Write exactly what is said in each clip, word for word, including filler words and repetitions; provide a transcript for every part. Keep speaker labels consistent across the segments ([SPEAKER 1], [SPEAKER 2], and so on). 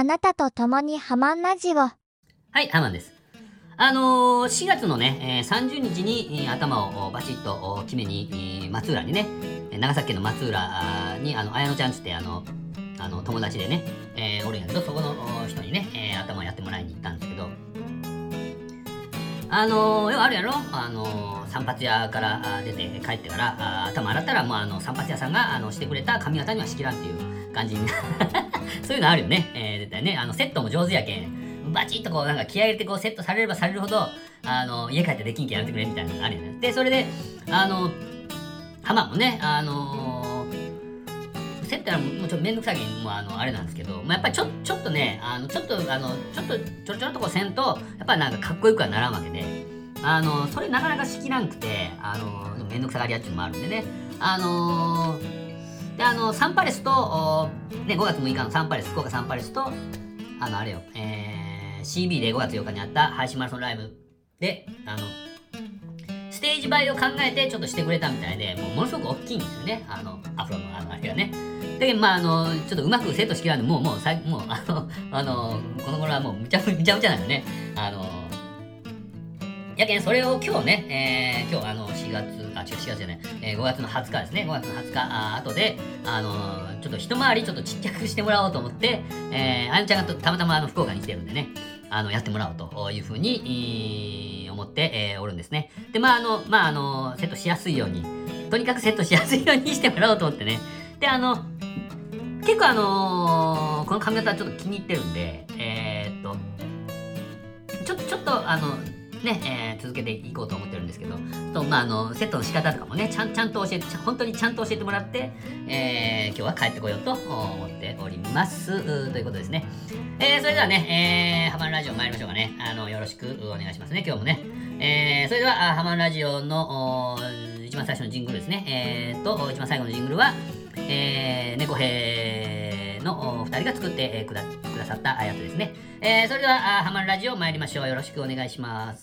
[SPEAKER 1] あなたと共にハマンラジオ。は
[SPEAKER 2] い、ハマンです。あのー、しがつのね、えー、さんじゅうにちに、えー、頭をバチッと決めに、えー、松浦にね、長崎県の松浦に、あの、綾乃ちゃんつって、あの、あの、友達でね、えー、おるんやけど、そこの人にね、えー、頭をやってもらいに行ったんですけど、あのー、要はあるやろあのー、散髪屋から出て帰ってから、あ頭洗ったら、もうあの、散髪屋さんが、あの、してくれた髪型にはしきらんっていう感じにそういうのあるよね。えー、絶対ね、あの、セットも上手やけん、バチッとこう、なんか気合入れてこう、セットされればされるほど、あの、家帰ってできんけんやめてくれみたいなのがあるよね。で、それで、あの、浜もね、あのー、セットはもうちょっとめんどくさいけん、もうあの、あれなんですけど、まあ、やっぱりちょ、ちょっとね、あの、ちょっと、あの、ちょっと、ちょろちょろっとこうせんと、やっぱりなんかかっこよくはならんわけで、あの、それなかなかしきらんくて、あの、めんどくさがり屋っていうのもあるんでね、あのー、で、あの、サンパレスと、ね、ごがつむいかのサンパレス、福岡サンパレスと、あの、あれよ、えー、シービー でごがつようかにあった配信マラソンライブで、あの、ステージ映えを考えてちょっとしてくれたみたいで、もうものすごく大きいんですよね、あの、アフロのあの、あれがね。で、まあ、あの、ちょっとうまくセットしきらんで、もう、もう、さいもう、あの、あの、この頃はもう、むちゃむちゃむちゃなんよね。あの、やけん、それを今日ね、えー、今日あのしがつ、あ、違うしがつじゃない、えー、ごがつのはつかですね、ごがつのはつか、あ後で、あのー、ちょっと一回りちょっとちっちゃくしてもらおうと思って、えー、あやのちゃんがたまたまあの福岡に来てるんでね、あの、やってもらおうというふうに、えー、思って、えー、おるんですね。で、まああの、まああの、セットしやすいように、とにかくセットしやすいようにしてもらおうと思ってね。で、あの、結構あのー、この髪型ちょっと気に入ってるんで、えー、っと、ちょっと、ちょっと、あの、ね、えー、続けていこうと思ってるんですけど、とまあ、あの、セットの仕方とかもね、ちゃん、ちゃんと教えて、本当にちゃんと教えてもらって、えー、今日は帰ってこようと思っております。ということですね。えー、それではね、えー、ハマンラジオ参りましょうかね。あの、よろしくお願いしますね、今日もね。えー、それでは、ハマンラジオの、一番最初のジングルですね。えーと、一番最後のジングルは、えー、猫兵のふたりが作ってくだ、くださったやつですね。えー、それでは、ハマンラジオ参りましょう。よろしくお願いします。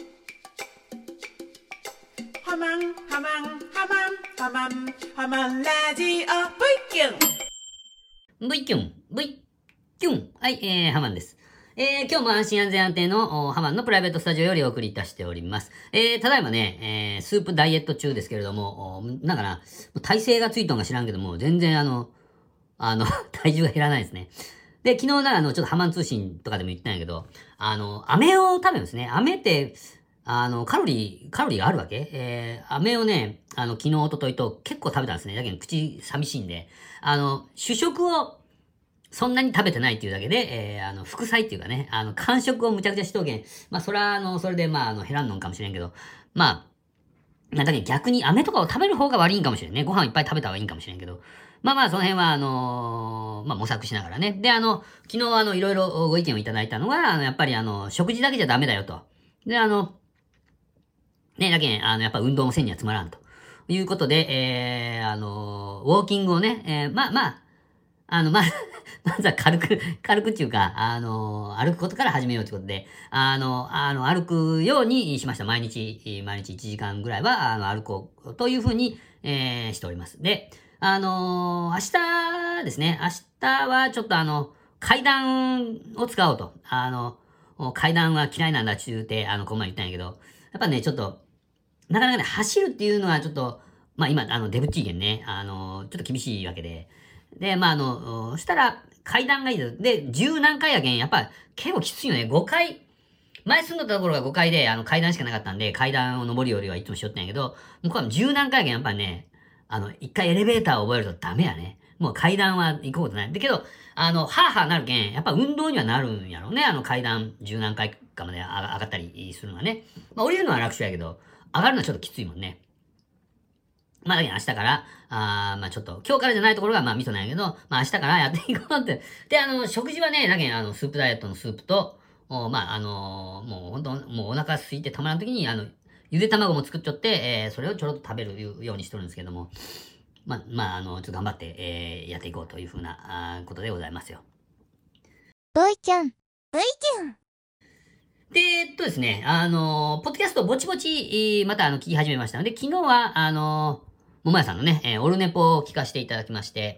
[SPEAKER 3] ハマン、ハマン、ハマン、ハマン、ハマンラジオ、V キュン
[SPEAKER 2] V キュン、V キュン。はい、えー、ハマンです。えー、今日も安心安全安定のハマンのプライベートスタジオよりお送りいたしております。えー、ただいまね、えー、スープダイエット中ですけれども、なんかな、体勢がついたんか知らんけども、全然あの、あの、体重が減らないですね。で、昨日な、あの、ちょっとハマン通信とかでも言ったんやけど、あの、飴を食べるんですね。飴って、あの、カロリー、カロリーがあるわけえー、飴をね、あの、昨日、おとといと結構食べたんですね。だけど、口寂しいんで、あの、主食をそんなに食べてないっていうだけで、えー、あの、副菜っていうかね、あの、間食をむちゃくちゃしとうけん、まあ、それは、あの、それで、まあ、あの、減らんのんかもしれんけど、まあ、なんだけど逆に飴とかを食べる方が悪いんかもしれんね。ご飯いっぱい食べた方がいいんかもしれんけど。まあまあ、その辺は、あのー、まあ模索しながらね。で、あの、昨日あの、いろいろご意見をいただいたのは、あの、やっぱりあの、食事だけじゃダメだよと。で、あの、ね、だけん、あの、やっぱ運動もせんにはつまらんと。いうことで、えー、あのー、ウォーキングをね、えー、まあまあ、あの、まあ、まずは軽く、軽くっていうか、あの、歩くことから始めようということで、あの、あの、歩くようにしました。毎日、毎日いちじかんぐらいは、あの、歩こうというふうに、えー、しております。で、あの、明日ですね、明日はちょっとあの、階段を使おうと。あの、階段は嫌いなんだって言うて、あの、この前言ったんやけど、やっぱね、ちょっと、なかなかね、走るっていうのはちょっと、まあ今、あの、デブッチーゲンね、あの、ちょっと厳しいわけで、で、まあ、あの、したら、階段がいいです。で、十何回やけん、やっぱ、結構きついよね。ごかい。前住んでたところがごかいで、あの、階段しかなかったんで、階段を登り降りはいつもしよったんやけど、もうこれ十何回やけん、やっぱね、あの、一回エレベーターを覚えるとダメやね。もう階段は行くことない。だけど、あの、はぁはぁなるけん、やっぱ運動にはなるんやろうね。あの階段十何回かまで上がったりするのはね。まあ、降りるのは楽勝やけど、上がるのはちょっときついもんね。まあ、だけど明日から、あまあちょっと、今日からじゃないところがまあミソなんやけど、まあ明日からやっていこうって。で、あの、食事はね、だけど、あの、スープダイエットのスープと、おまああのー、もう本当もうお腹空いてたまらん時に、あの、ゆで卵も作っちゃって、えー、それをちょろっと食べるようにしてるんですけども、まあ、まあ、あの、ちょっと頑張って、えー、やっていこうというふうな、あことでございますよ。
[SPEAKER 1] ブイキュン、ブイキュン。
[SPEAKER 2] で、えっとですね、あの、ポッドキャストぼちぼち、またあの、聞き始めましたので、昨日は、あの、桃屋さんのね、えー、オルネポを聞かせていただきまして、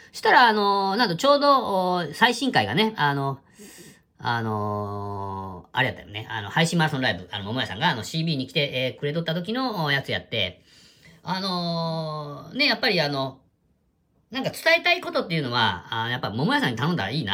[SPEAKER 2] したら、あのー、なんとちょうど、最新回がね、あの、あのー、あれやったよね。あの、配信マラソンライブ、あの、桃屋さんが、あの、シービー に来て、えー、くれとった時のやつやって、あのー、ね、やっぱりあの、なんか伝えたいことっていうのは、あやっぱ桃屋さんに頼んだらいいな。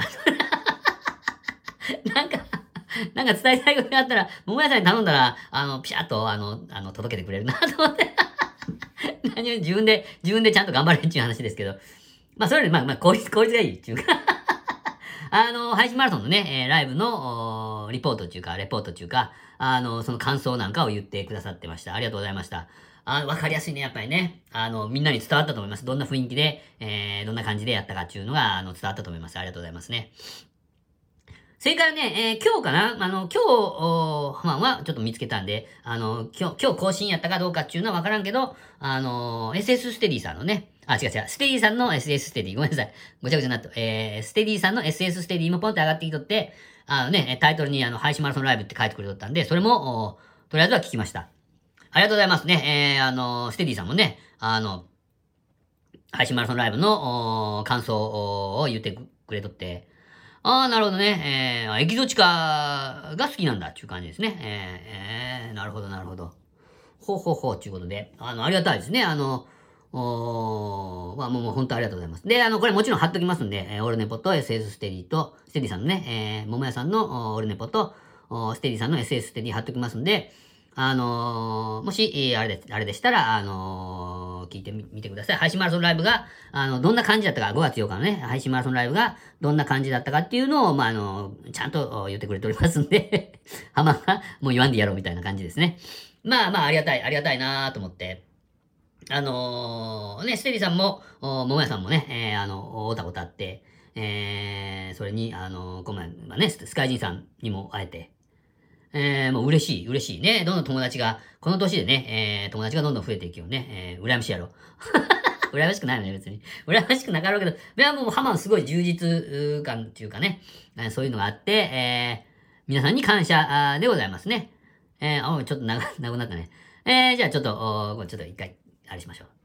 [SPEAKER 2] なんか、なんか伝えたいことがあったら、桃屋さんに頼んだら、あの、ピシャッと、あの、あの、届けてくれるなと思って。何を自分で、自分でちゃんと頑張れっていう話ですけど。まあ、それより、まあ、まあ、効率、効率がいいっていうか。あの、配信マラソンのね、えー、ライブの、リポートっていうか、レポートっていうか、あの、その感想なんかを言ってくださってました。ありがとうございました。あわかりやすいね、やっぱりね。あの、みんなに伝わったと思います。どんな雰囲気で、えー、どんな感じでやったかっていうのが、あの、伝わったと思います。ありがとうございますね。それからね、えー、今日かなあの、今日、まあはちょっと見つけたんで、あの、今日、今日更新やったかどうかっていうのはわからんけど、あの、エスエス ステディさんのね、あ、違う違う、ステディさんの エスエス ステディ、ごめんなさい。ごちゃごちゃになった。えー、ステディさんの エスエス ステディもポンって上がってきとって、あのね、タイトルにあの、配信マラソンライブって書いてくれとったんで、それも、とりあえずは聞きました。ありがとうございますね。えー、あの、ステディさんもね、あの、配信マラソンライブの、感想を言ってくれとって、ああ、なるほどね。えー、エキゾチカが好きなんだっていう感じですね。えー、えー、なるほど、なるほど。ほうほうほうっていうことで、あの、ありがたいですね。あの、おー、まあ、もう、もう本当ありがとうございます。で、あの、これもちろん貼っときますんで、えー、オルネポと エスエス ステディと、ステディさんのね、えー、桃屋さんのオルネポと、ステディさんの エスエス ステディ貼っときますんで、あのー、もし、えー、あれで、あれでしたら、あのー、聞いてみ、見てください。配信マラソンライブが、あの、どんな感じだったか、ごがつようかのね、配信マラソンライブが、どんな感じだったかっていうのを、まあ、あのー、ちゃんと言ってくれておりますんで、はまが、もう言わんでやろうみたいな感じですね。まあまあ、ありがたい、ありがたいなーと思って。あのー、ね、ステディさんも、桃屋さんもね、えー、あの、おたことあって、えー、それに、あのー、この前、まあね、スカイジンさんにも会えて、えー、もう嬉しい、嬉しいね。どんどん友達が、この年でね、えー、友達がどんどん増えていくよね。えー、羨ましいやろ。羨ましくないよね、別に。羨ましくなかろうけど、いや、もうハマンすごい充実感っていうかね、えー、そういうのがあって、えー、皆さんに感謝でございますね。えー、あ、ちょっと長、長くなったね。えー、じゃあちょっと、おちょっと一回、あれしましょう。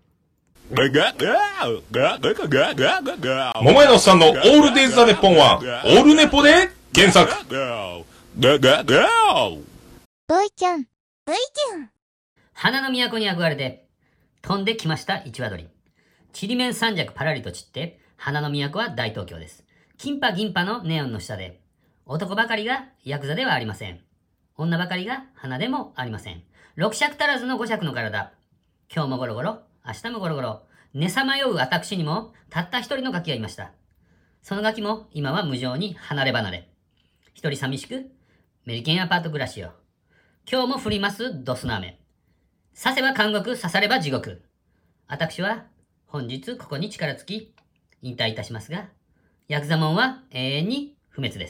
[SPEAKER 4] 桃屋のおっさんのオールデイズ・ザ・ネッポンは、オールネポで検索。
[SPEAKER 1] ブイちゃん、ブイちゃん。
[SPEAKER 2] 花の都に憧れて、飛んできました一羽鳥。ちりめん三尺パラリと散って、花の都は大東京です。金パ銀パのネオンの下で、男ばかりがヤクザではありません。女ばかりが花でもありません。六尺足らずの五尺の体。今日もゴロゴロ、明日もゴロゴロ。寝さまよう私にも、たった一人のガキがいました。そのガキも、今は無情に離れ離れ。一人寂しく、メリケンアパート暮らしよ。今日も降りますドスの雨。刺せば監獄、刺されば地獄。私は、本日ここに力尽き、引退いたしますが、ヤクザモンは永遠に不滅です。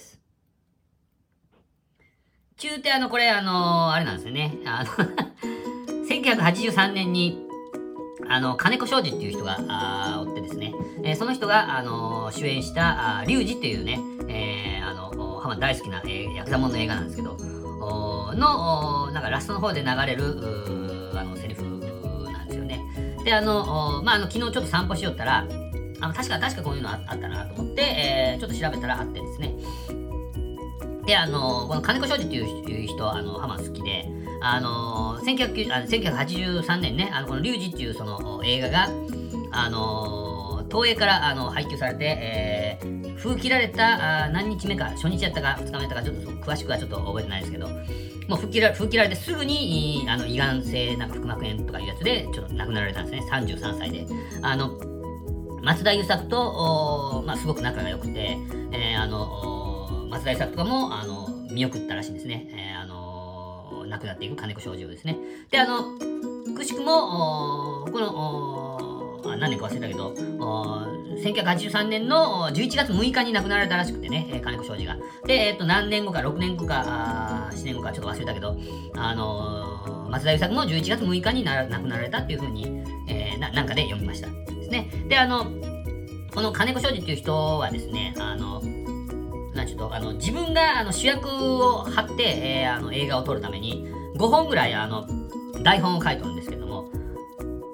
[SPEAKER 2] 中ってあの、これあのー、あれなんですよね。あの、せんきゅうひゃくはちじゅうさんねんに、あの、金子庄司っていう人が、あおってですね、えー、その人が、あのー、主演した、あリュウジっていうね、えー、あの、ハマ大好きな、えー、ヤクザモンの映画なんですけど、おの、おなんかラストの方で流れる、あの、セリフなんですよね。で、あの、まあ、あの、昨日ちょっと散歩しよったら、あの、確か、確かこういうのあったなと思って、えー、ちょっと調べたらあってですね。で、あの、この金子庄司っていう人、あの、ハマ好きで、あの、せんきゅうひゃくはちじゅうさんねんね、あの、このリュウジっていうその映画が、あの、東映からあの配給されて、えー、封切られたあ何日目か、初日やったかふつかめやったか、ちょっと詳しくはちょっと覚えてないですけど、もう封切ら封切られてすぐに、あの、胃がん性なんか腹膜炎とかいうやつで、ちょっと亡くなられたんですね、さんじゅうさんさいで。あの、松田優作と、まあ、すごく仲が良くて、えー、あの、松田優作とかも、あの、見送ったらしいんですね。えー、あの、亡くなっていく金子庄司をですね。で、あの、くしくも、この、何年か忘れたけど、せんきゅうひゃくはちじゅうさんねんのじゅういちがつむいかに亡くなられたらしくてね、えー、金子庄司が。で、えっと、何年後か、ろくねんごか、ななねんごか、ちょっと忘れたけど、あのー、松田優作もじゅういちがつむいかにな亡くなられたっていうふうに、えー、ななんかで読みました。ですね。で、あの、この金子庄司っていう人はですね、あの、なんちょっと、あの、自分があの主役を張って、えー、あの映画を撮るために、ごほんぐらい、あの、台本を書いてるんですけども、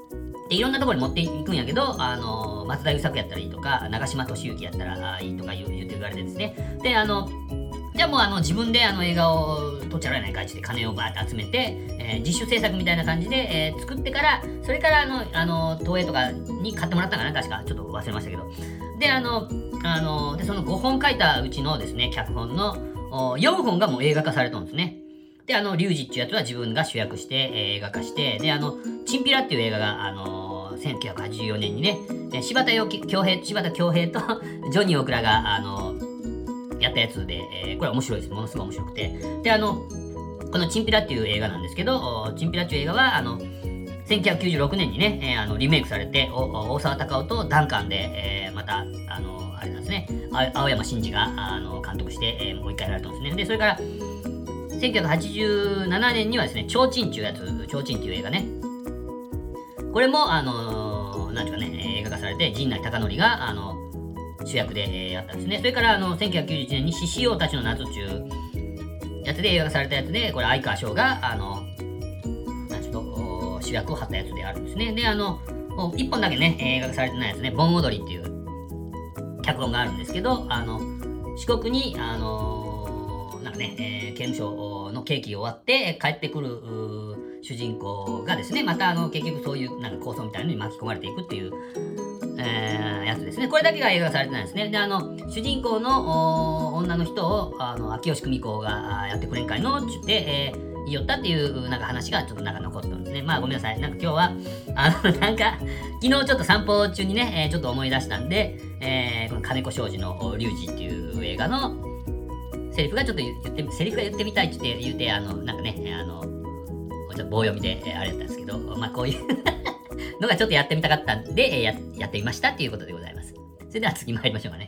[SPEAKER 2] で、いろんなところに持っていくんやけど、あの、松田優作やったらいいとか、長嶋俊之やったらいいとか言う、言って言われてですね。で、あの、じゃあもうあの自分であの映画を撮っちゃらないかいって金をバーって集めて、えー、自主制作みたいな感じで、えー、作ってから、それからあの、あの、東映とかに買ってもらったかな確か。ちょっと忘れましたけど。で、あの、あの、で、そのごほん書いたうちのですね、脚本のよんほんがもう映画化されたんですね。で、あの、リュウジっていうやつは自分が主役して、えー、映画化して、で、あの、チンピラっていう映画が、あのー、せんきゅうひゃくはちじゅうよねんにね、えー、柴田恭平、柴田恭平とジョニー大倉が、あのー、やったやつで、えー、これ面白いです。ものすごい面白くて。で、あの、このチンピラっていう映画なんですけど、チンピラっていう映画は、あの、せんきゅうひゃくきゅうじゅうろくねんにね、えー、あのリメイクされて、大沢たかおとダンカンで、えー、また、あの、あれなんですね、青山真司があの監督して、えー、もう一回やられたんですね。で、それから、せんきゅうひゃくはちじゅうななねんにはですね、ちょうちんっていうやつ、ちょうちんっていう映画ね。これも、あのー、なんていうかね、映画化されて、陣内孝則が、あの、主役で、えー、やったんですね。それから、あの、せんきゅうひゃくきゅうじゅういちねんに獅子王たちの夏っていうやつで映画化されたやつで、これ、相川翔が、あの、なんちょっと、主役を張ったやつであるんですね。で、あの、一本だけね、映画化されてないやつね、盆踊りっていう脚本があるんですけど、あの、四国に、あの、なんかね、えー、刑務所の刑期終わって帰ってくる主人公がですね、またあの結局そういうなんか構想みたいなのに巻き込まれていくっていう、えー、やつですね。これだけが映画化されてないですね。で、あの、主人公の女の人を、あの、秋吉久美子がやってくれんかいのって言って、えー、言いよったっていうなんか話がちょっとなんか残ってるんですね。まあごめんなさい。なんか今日は、あの、なんか、昨日ちょっと散歩中にね、えー、ちょっと思い出したんで、えー、この金子庄司のリュウジっていう映画のセリフがちょっと言って、セリフが言ってみたいって言って、言って、あの、なんかね、あの、ちょっと棒読みで、あれだったんですけど、まあこういうのがちょっとやってみたかったんで、や、やってみましたっていうことでございます。それでは次参りましょうかね。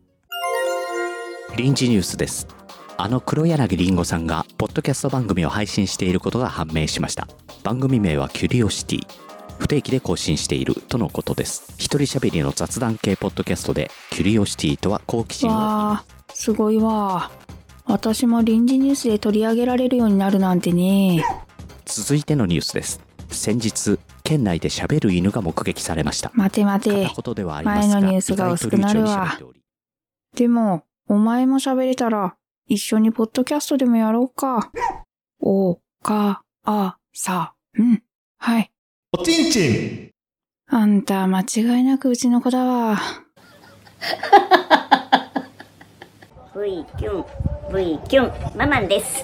[SPEAKER 5] 臨時ニュースです。あの黒柳りんごさんがポッドキャスト番組を配信していることが判明しました。番組名はキュリオシティ。不定期で更新しているとのことです。一人喋りの雑談系ポッドキャストで、キュリオシティとは好奇心を。
[SPEAKER 6] わー、すごいわ。私も臨時ニュースで取り上げられるようになるなんてね。
[SPEAKER 5] 続いてのニュースです。先日、県内で喋る犬が目撃されました。
[SPEAKER 6] 待て待て。前のニュースが薄くなるわ。でも、お前も喋れたら、一緒にポッドキャストでもやろうか。お、か、あ、さ、うん。はい。
[SPEAKER 7] おちんちん。
[SPEAKER 6] あんた、間違いなくうちの子だわ。
[SPEAKER 8] ブイキュン、ブイキュン、ママンです。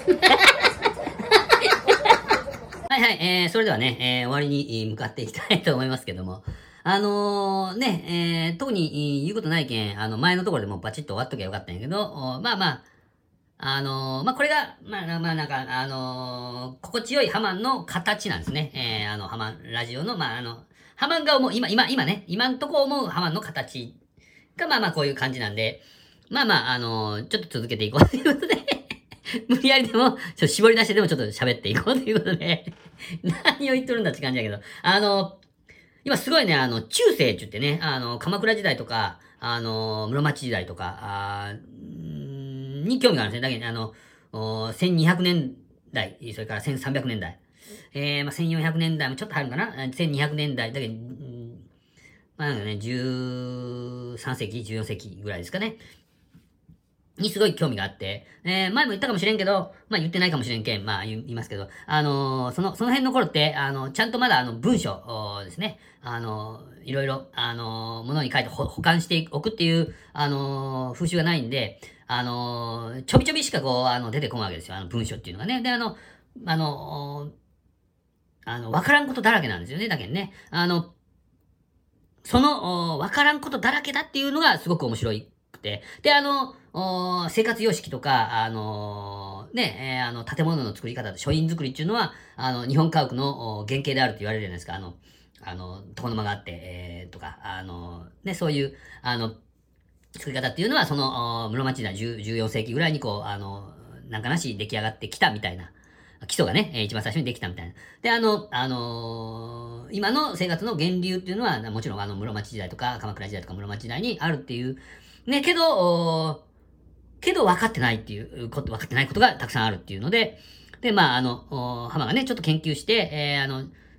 [SPEAKER 2] はいはい、えー、それではね、えー、終わりに向かっていきたいと思いますけども。あのー、ね、えー、特に言うことないけん、あの、前のところでもうバチッと終わっときゃよかったんやけど、まあまあ、あのー、まあこれが、まあまあなんか、あのー、心地よいハマンの形なんですね。えー、あの、ハマンラジオの、まああの、ハマンが思う、今、今、今ね、今んとこ思うハマンの形が、まあまあこういう感じなんで、まあまあ、あのー、ちょっと続けていこうということで、無理やりでも、ちょっと絞り出してでもちょっと喋っていこうということで、何を言っとるんだって感じだけど、あのー、今すごいね、あの、中世って言ってね、あの、鎌倉時代とか、あの、室町時代とか、あに興味があるんですね。だけど、あの、せんにひゃくねんだい、それからせんさんびゃくねんだい、えー、まあ、せんよんひゃくねんだいもちょっと入るかな ?せんにひゃくねんだい、だけど、まあなんかね、じゅうさんせいき、じゅうよんせいきぐらいですかね。にすごい興味があって、えー、前も言ったかもしれんけど、まあ言ってないかもしれんけん、まあ言いますけど、あのー、その、その辺の頃って、あの、ちゃんとまだあの文章ですね、あのー、いろいろ、あのー、ものに書いて保管しておくっていう、あのー、風習がないんで、あのー、ちょびちょびしかこう、あの、出てこないわけですよ、あの文章っていうのがね。で、あの、あのー、あの、わからんことだらけなんですよね、だけどね。あの、その、わからんことだらけだっていうのがすごく面白いくて。で、あの、生活様式とか、あのー、ね、えー、あの、建物の作り方、書院作りっていうのは、あの、日本家屋の原型であるって言われるじゃないですか。あの、あの、床の間があって、えー、とか、あの、ね、そういう、あの、作り方っていうのは、その、室町時代じゅうよんせいきぐらいにこう、あの、なんかなし出来上がってきたみたいな。基礎がね、一番最初にできたみたいな。で、あの、あのー、今の生活の源流っていうのは、もちろんあの、室町時代とか、鎌倉時代とか室町時代にあるっていう、ね、けど、けど分かってないっていうこと、分かってないことがたくさんあるっていうので、で、まあ、あの、浜がね、ちょっと研究して、えー、あの、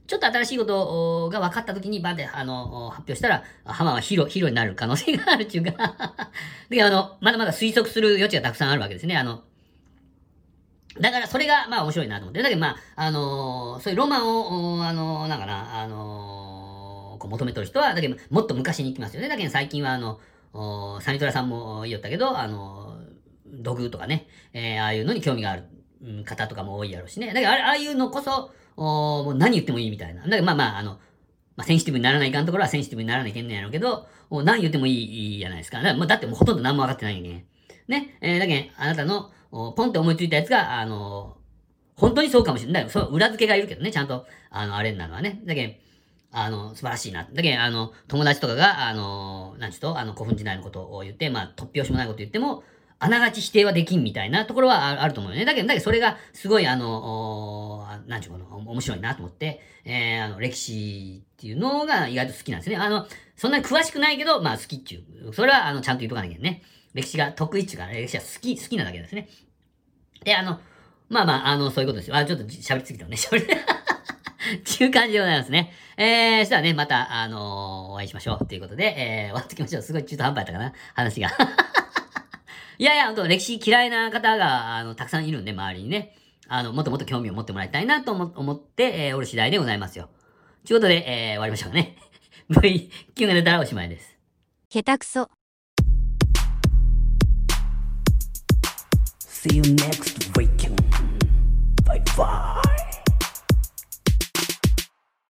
[SPEAKER 2] ちょっと新しいことが分かった時にバンってあの、発表したら、ハマンはヒーロー、ヒーローになる可能性があるっていうかで、あの、まだまだ推測する余地がたくさんあるわけですね。あの、だからそれが、まあ面白いなと思って。だけどまあ、あのー、そういうロマンを、あのー、なんかな、あのー、こう求めとる人は、だけどもっと昔に行きますよね。だけど最近はあの、サニトラさんも言おったけど、あのー、土偶とかね、えー、ああいうのに興味がある方とかも多いやろうしね。だけどああいうのこそ、おもう何言ってもいいみたいな。だけどまあまあ、あの、まあ、センシティブにならないかんところはセンシティブにならないけんねんやろうけど、何言ってもいい、いいじゃないですか。だからまあ、だってもうほとんど何も分かってないんね。ね。えー、だけどあなたの、ポンって思いついたやつが、あの、本当にそうかもしれない。そう、裏付けがいるけどね、ちゃんと、あの、あれになるのはね。だけど、あの、素晴らしいな。だけど、あの、友達とかが、あの、なんちゅうと、あの、古墳時代のことを言って、まあ、突拍子もないこと言っても、あながち否定はできんみたいなところはあると思うよね。だけど、だけどそれがすごいあの、なんちゅうの、面白いなと思って、えー、あの、歴史っていうのが意外と好きなんですね。あの、そんなに詳しくないけど、まあ好きっちゅう。それはあの、ちゃんと言うとかなきゃね。歴史が得意っちゅうか、歴史は好き、好きなだけですね。で、あの、まあまあ、あの、そういうことですよ。あ、ちょっと喋りすぎたね。喋り、っていう感じでございますね。えー、そしたらね、また、あのー、お会いしましょう。ということで、えー、終わってきましょう。すごい中途半端やったかな話が。いやいや、ほんと、歴史嫌いな方が、あの、たくさんいるんで、周りにね。あの、もっともっと興味を持ってもらいたいなと思って、えー、おる次第でございますよ。ということで、えー、終わりましょうかね。ブイきゅう が出たらおしまいです。
[SPEAKER 1] 下手くそ。
[SPEAKER 7] See you next weekend. Bye bye.